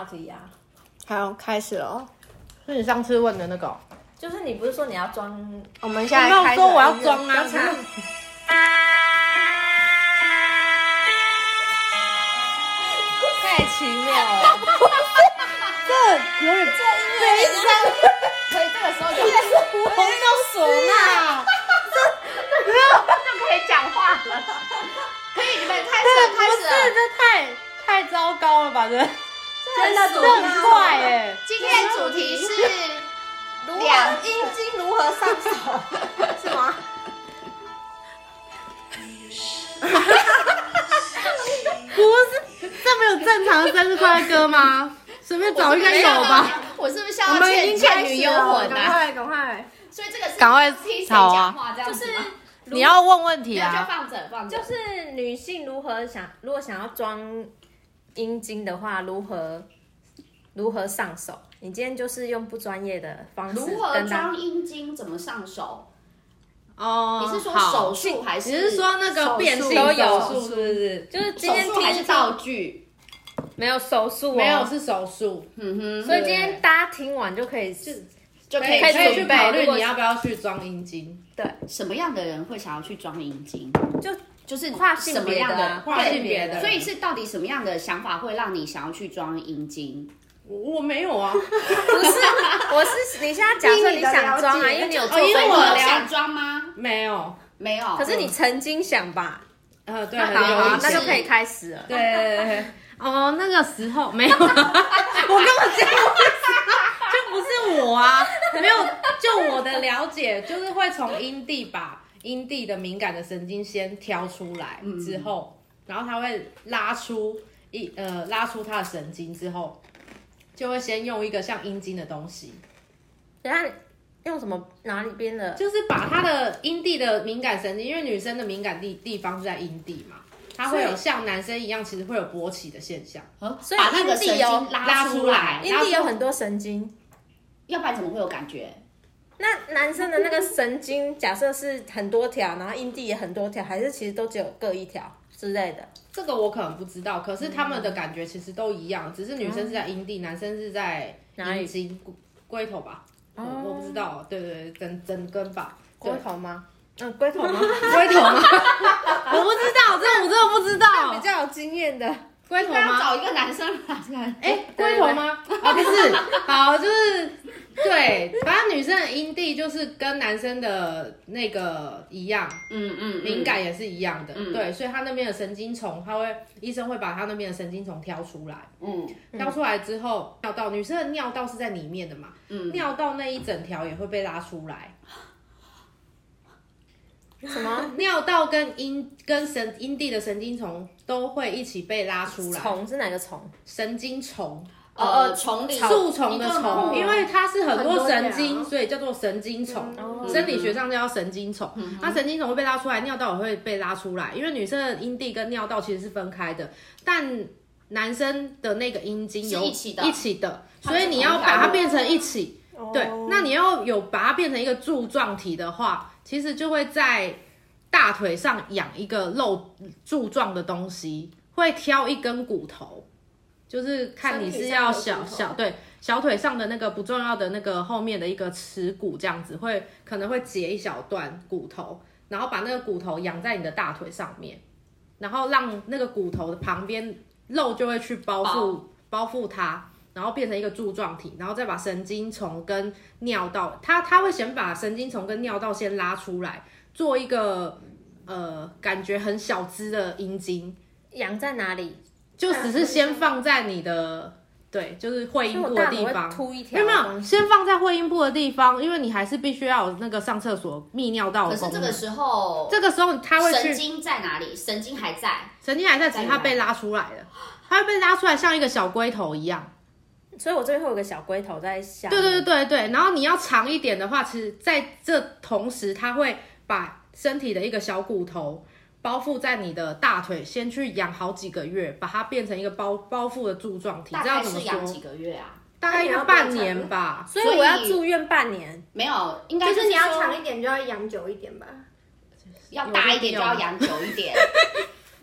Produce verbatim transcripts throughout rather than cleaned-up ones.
题啊。 好，开始了。 是你上次问的那个、哦？ 就是你不是说你要装？ 我们现在我没开始有说我要装啊。 太奇妙了，这有点悲伤。 所以这个时候就红豆唢呐， 这就可以讲话了。可以，你们开始了，开始了。 这这太太糟糕了吧？这真的这很快哎。 今天的主题是两阴茎如何上手，是吗？ 不是，这没有正常的生日快乐歌吗？随便找一个有吧。 我是不是笑到倩倩女幽魂赶啊？ 快赶快！ 所以这个是赶快听谁吵啊讲话这样子吗？ 你要问问题那就啊。 放着放着。 就是女性如何想，如果想要装阴茎的话，如何如何上手？你今天就是用不专业的方式如何跟他装阴茎？怎么上手？ 哦， 你是说好手术还是？ 你是说那个变性都有手术是不是？ 就是今天手术还是听道具？ 没有手术、哦， 没有是手术， 嗯哼， 所以今天大家听完就可以就就可以可以去准备考虑如果你要不要去装阴茎。 对， 什么样的人会想要去装阴茎？ 就就是跨性什么别的、 样的啊、 跨性别的所以是到底什么样的想法会让你想要去装阴茎？ 我没有啊， 不是，我是你现在假设你想装啊，因为你有做哦因为我了所以你有想装吗？ 没有。 没有。 可是你曾经想吧？ 呃，对， 那很好好， 有意思那就可以开始了。 对对对对。哦，那个时候没有，我根本讲就不是我啊，没有。就我的了解，就是会从阴蒂把阴蒂的敏感的神经先挑出来之后，然后它会拉出一呃拉出它的神经之后，就会先用一个像阴茎的东西， 等下用什么哪里边的？ 就是把它的阴蒂的敏感神经，因为女生的敏感地地方是在阴蒂嘛。它会有像男生一样，其实会有勃起的现象， 所以把那个神阴蒂有经拉出来， 阴蒂有很多神经， 要不然怎么会有感觉？ 那男生的那个神经，假设是很多条，然后阴蒂也很多条，还是其实都只有各一条之类的？ 这个我可能不知道，可是他们的感觉其实都一样，只是女生是在阴蒂，男生是在阴茎龟头吧？哦、我不知道，对对对，整整根吧？ 龟头吗？嗯，龟头吗？ 龟头吗？我不知道，这我真的不知道。 比较有经验的龟头吗？ 要找一个男生来看。 哎，龟头吗？啊，不是，好，就是对，反正女生的阴蒂就是跟男生的那个一样， 嗯嗯， 敏感也是一样的， 嗯、 对，所以他那边的神经丛，他会医生会把他那边的神经丛挑出来， 嗯， 挑出来之后，尿道，女生的尿道是在里面的嘛，嗯，尿道那一整条也会被拉出来。 什么？ 尿道跟阴跟神阴蒂的神经丛都会一起被拉出来。 虫是哪个虫？ 神经丛。 呃，丛里树丛的丛，因为它是很多神经，所以叫做神经丛。 嗯、 生理学上叫神经丛。嗯、它神经丛会被拉出来，尿道也会被拉出来。因为女生的阴蒂跟尿道其实是分开的，但男生的那个阴茎有一起的， 一起的，所以你要把它变成一起。对，那你要有把它变成一个柱状体的话，其实就会在大腿上养一个肉柱状的东西，会挑一根骨头，就是看你是要小小对小腿上的那个不重要的那个后面的一个耻骨这样子，会可能会截一小段骨头，然后把那个骨头养在你的大腿上面，然后让那个骨头的旁边肉就会去包覆包覆它。然后变成一个柱状体，然后再把神经丛跟尿道，它它会先把神经丛跟尿道先拉出来，做一个呃感觉很小只的阴茎， 养在哪里？ 就只是先放在你的对，就是会阴部的地方， 凸一条， 有没有？先放在会阴部的地方，因为你还是必须要有那个上厕所泌尿道的功能。 可是这个时候， 这个时候它会去神经在哪里？神经还在， 神经还在，只是它被拉出来了，它会被拉出来，像一个小龟头一样。 所以我这边会有个小龟头在下面。 对对对对，然后你要长一点的话，其实在这同时，它会把身体的一个小骨头包覆在你的大腿，先去养好几个月，把它变成一个包包覆的柱状体。 大概是养几个个月啊？ 大概要半年吧。 所以我要住院半年。 没有，应该就是你要长一点就要养久一点吧， 要大一点就要养久一点。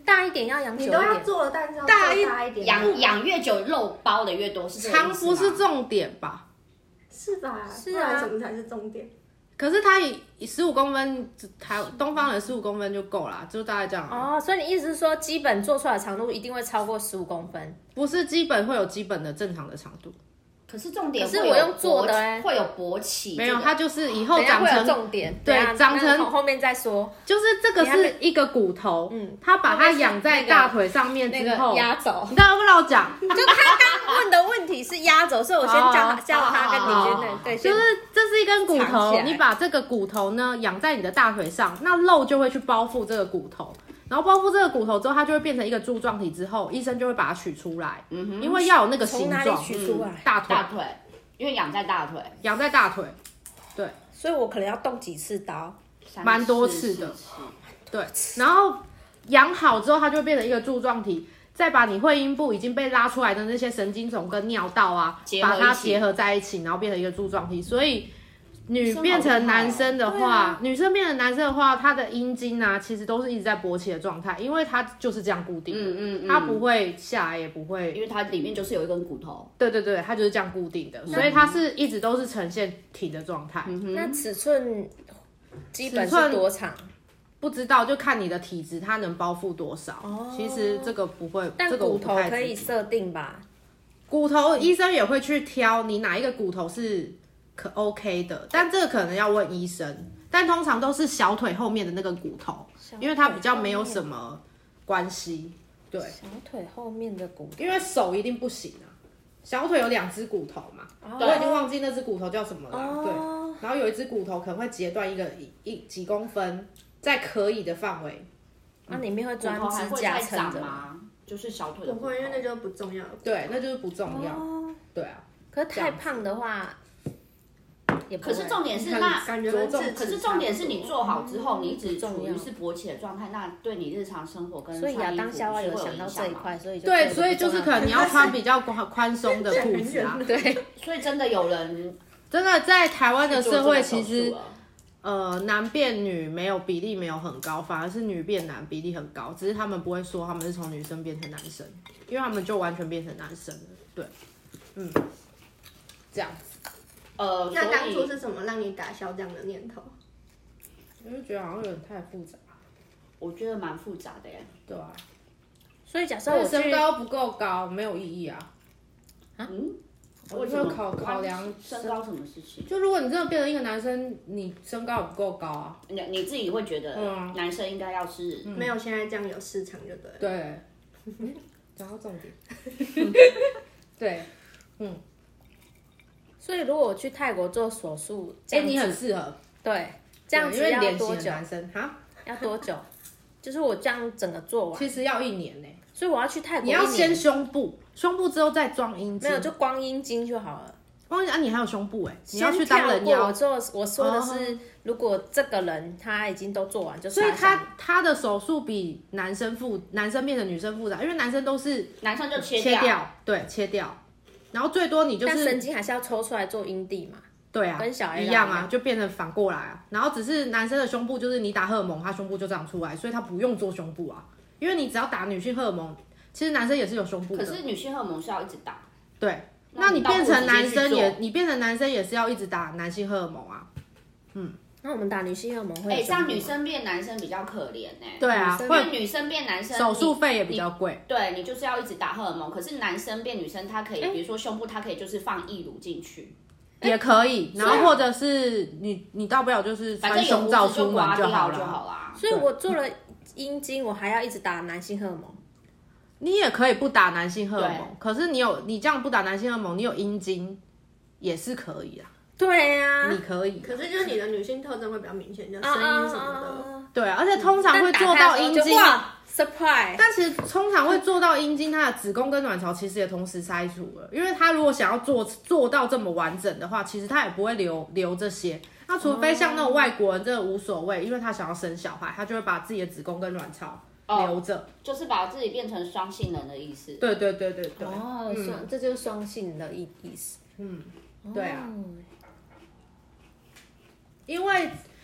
大一点要养久一你点， 都要做了，但是要大一做大一点， 养养越久，肉包的越多，是这个意思吗长不是重点吧？ 是吧？ 是啊不然什么才是重点？ 可是它以十五公分，台东方人十五公分就够啦，就大概这样啊。 哦，所以你意思是说，基本做出来的长度一定会超过十五公分？ 不是基本会有基本的正常的长度， 可是重点会有可是我用做的勃欸会有勃起， 没有， 这个它就是以后等一下会有长成重点， 对等一下长成那后面再说。 就是这个是一个骨头， 嗯它把它养在大腿上面那个之后， 压轴， 你刚刚不让我讲， 就他刚问的问题是压轴，所以我先教他哦教他跟李娟的对， 就是这是一根骨藏头起，来你把这个骨头呢养在你的大腿上，那肉就会去包覆这个骨头，然后包覆这个骨头之后，它就会变成一个柱状体，之后医生就会把它取出来， 嗯哼， 因为要有那个形从哪里状， 取出来？ 大腿大腿，因为养在大腿， 养在大腿，对所以我可能要动几次刀。 三蛮多四次的四次对，然后养好之后，它就会变成一个柱状体。再把你会阴部已经被拉出来的那些神经丛跟尿道啊， 结合把它一起结合在一起，然后变成一个柱状体。所以女生好变成厉害哦男生的话， 对啊女生变成男生的话，它的阴茎啊，其实都是一直在勃起的状态，因为它就是这样固定的， 嗯嗯嗯， 它不会下来，也不会， 因为它里面就是有一根骨头， 对对对，它就是这样固定的，所以它是一直都是呈现挺的状态。 那尺寸基本尺寸是多长？ 不知道就看你的体质，它能包覆多少。 哦其实这个不会， 但这个我骨头不太知可以设定吧？ 骨头医生也会去挑你哪一个骨头是可 OK 的，但这个可能要问医生。但通常都是小腿后面的那个骨头，因为它比较没有什么关系。对， 小腿后面的骨头， 因为手一定不行啊。小腿有两只骨头嘛，我已经忘记那只骨头叫什么了啊。 哦对，然后有一只骨头可能会截断一个一一几公分，在可以的范围。 那里面会骨钻头还支架会再撑着吗？ 长吗？就是小腿的骨头， 不会，因为那就不重要。 对，那就是不重要。 哦， 对啊， 可是太胖的话，也不会可是重点是看那。 感觉着重跟智齿可是重点是你做好之后， 嗯你一直不重要处于是勃起的状态，那对你日常生活跟所以穿衣服亚当夏娃是会有有想到影响吗？ 这一块，所以就对， 觉得所以就是可能你要穿比较宽宽松的裤子啊。 对， 所以真的有人真的在台湾的社会，其去做这个手术实了呃男变女没有比例没有很高，反而是女变男比例很高，只是他们不会说他们是从女生变成男生，因为他们就完全变成男生了。对，嗯，这样子， 呃， 那当初所以是什么让你打消这样的念头？ 我就觉得好像有点太复杂， 我觉得蛮复杂的耶。 对吧、 所以假设啊？ 我去， 身高不够高没有意义啊。 嗯， 我为什么就考考量身高什么事情？ 就如果你真的变成一个男生，你身高也不够高啊。 你你自己会觉得嗯男生应该要是没有现在这样有市场就对了。 对，讲到重点。对，嗯， 所以如果我去泰国做手术，这哎、 样子你很适合， 对，这样对因为子要多久？ 脸型的男生哈， 要多久？就是我这样整个做完， 其实要一年呢、 所以我要去泰国你一年， 要先胸部，胸部之后再装阴茎。 没有就光阴茎就好了。 光啊，你还有胸部哎、你要去先当人妖跳过我，做我说的是哦， 如果这个人他已经都做完，就所以杀下他他的手术比男生复男生变成女生复杂，因为男生都是男生就切切掉，对，切掉，然后最多你就但神是经还是要抽出来做阴蒂嘛。 对啊， 跟小 A 一样啊， 一样就变成反过来啊。然后只是男生的胸部就是你打荷尔蒙，他胸部就长出来，所以他不用做胸部啊，因为你只要打女性荷尔蒙，其实男生也是有胸部的。 可是女性荷尔蒙是要一直打， 对， 那你那你变成男倒不如直接去做生也，你变成男生也是要一直打男性荷尔蒙啊。 那我们打女性荷尔蒙会哎， 有胸部吗这样女生变男生比较可怜哎。 对啊， 因会为女生变男生手术你费也比较贵。 对你就是要一直打荷尔蒙，可是男生变女生，他可以， 哎比如说胸部，他可以就是放义乳进去， 也可以，然是啊后或者是你你大不了就是穿反正有胸罩出胡子就刮门掉就好了。 好啦。 所以我做了阴茎，我还要一直打男性荷尔蒙。 你也可以不打男性荷尔蒙对， 可是你有你这样不打男性荷尔蒙，你有阴茎也是可以啊， 对呀、 你可以。 可是就是你的女性特征会比较明显，就啊声音什么啊的。 啊啊对啊，而且通常会做但打开的到阴茎， 时候就哇 surprise， 但其实通常会做到阴茎，它的子宫跟卵巢其实也同时筛除了，因为他如果想要做做到这么完整的话，其实他也不会留留这些。那除非像那种外国人，真的无所谓，因为他想要生小孩，他就会把自己的子宫跟卵巢留着。 就是把自己变成双性人的意思。 对对对对对， 哦， 嗯双、这就是双性的意意思。 嗯，对啊， 哦因为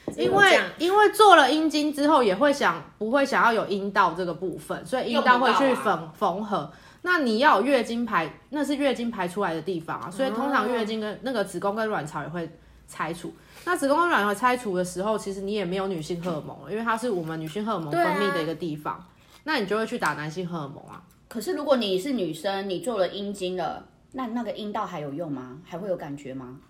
因为因为做了阴茎之后，也会想不会想要有阴道这个部分，所以阴道会去缝缝合。那你要有月经排，那是月经排出来的地方啊，所以通常月经跟那个子宫跟卵巢也会拆除。那子宫跟卵巢拆除的时候，其实你也没有女性荷尔蒙了，因为它是我们女性荷尔蒙分泌的一个地方，啊、那你就会去打男性荷尔蒙啊。 可是如果你是女生，你做了阴茎了，那那个阴道还有用吗？还会有感觉吗？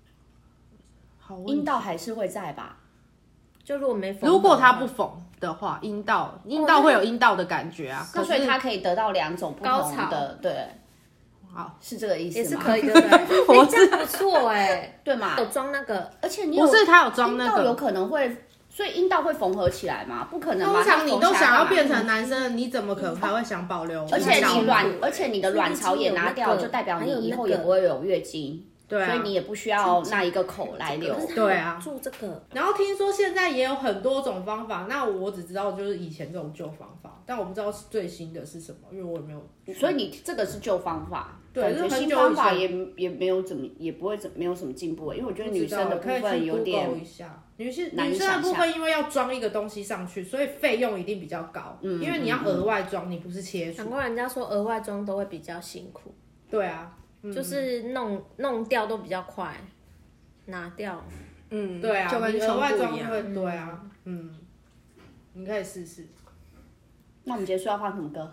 阴道还是会在吧？ 就如果没缝， 如果它不缝的话，阴道阴道会有阴道的感觉啊。 那所以它可以得到两种不同的，对， 好， 是这个意思吗？ 也是可以，对不对？我这不错哎， 对嘛？ 有装那个， 而且你有不是它有装那个， 有可能会，所以阴道会缝合起来吗？不可能吧？ 通常你都想要变成男生，你怎么可能还会想保留？ 而且你卵，而且你的卵巢也拿掉，就代表你以后也不会有月经。对、啊，所以你也不需要那一个口来流。 对啊， 做这个。 然后听说现在也有很多种方法，那我只知道就是以前这种旧方法，但我不知道最新的是什么，因为我也没有。 所以你这个是旧方法， 对， 感觉新方法也也没有怎么，也不会怎没有什么进步，因为我觉得女生的部分有点一下，女性女生的部分因为要装一个东西上去，所以费用一定比较高，嗯，因为你要额外装，你不是切除。 难怪人家说额外装都会比较辛苦。 对啊。 嗯、就是弄弄掉都比较快，拿掉， 嗯，对啊，就跟额外装会，对啊，嗯，你可以试试。 那我们结束要放什么歌？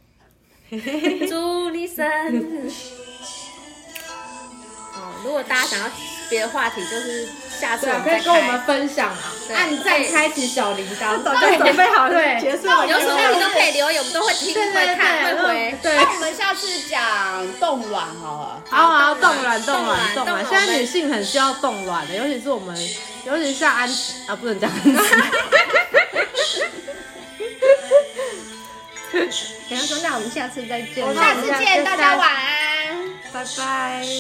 祝你生日。哦，如果大家想要别的话题，就是下次我们可以跟我们分享啊，按赞开启小铃铛，早就准备好了，对，结束了。 有什么你都可以留言，我们都会听、会看、会回。 对，那我们下次讲冻卵好了。 好好，冻卵，冻卵，冻卵。现在女性很需要冻卵的，尤其是我们，尤其是像安啊，不能讲安琪。 人家说，那我们下次再见。 下次见，大家晚安， 拜拜。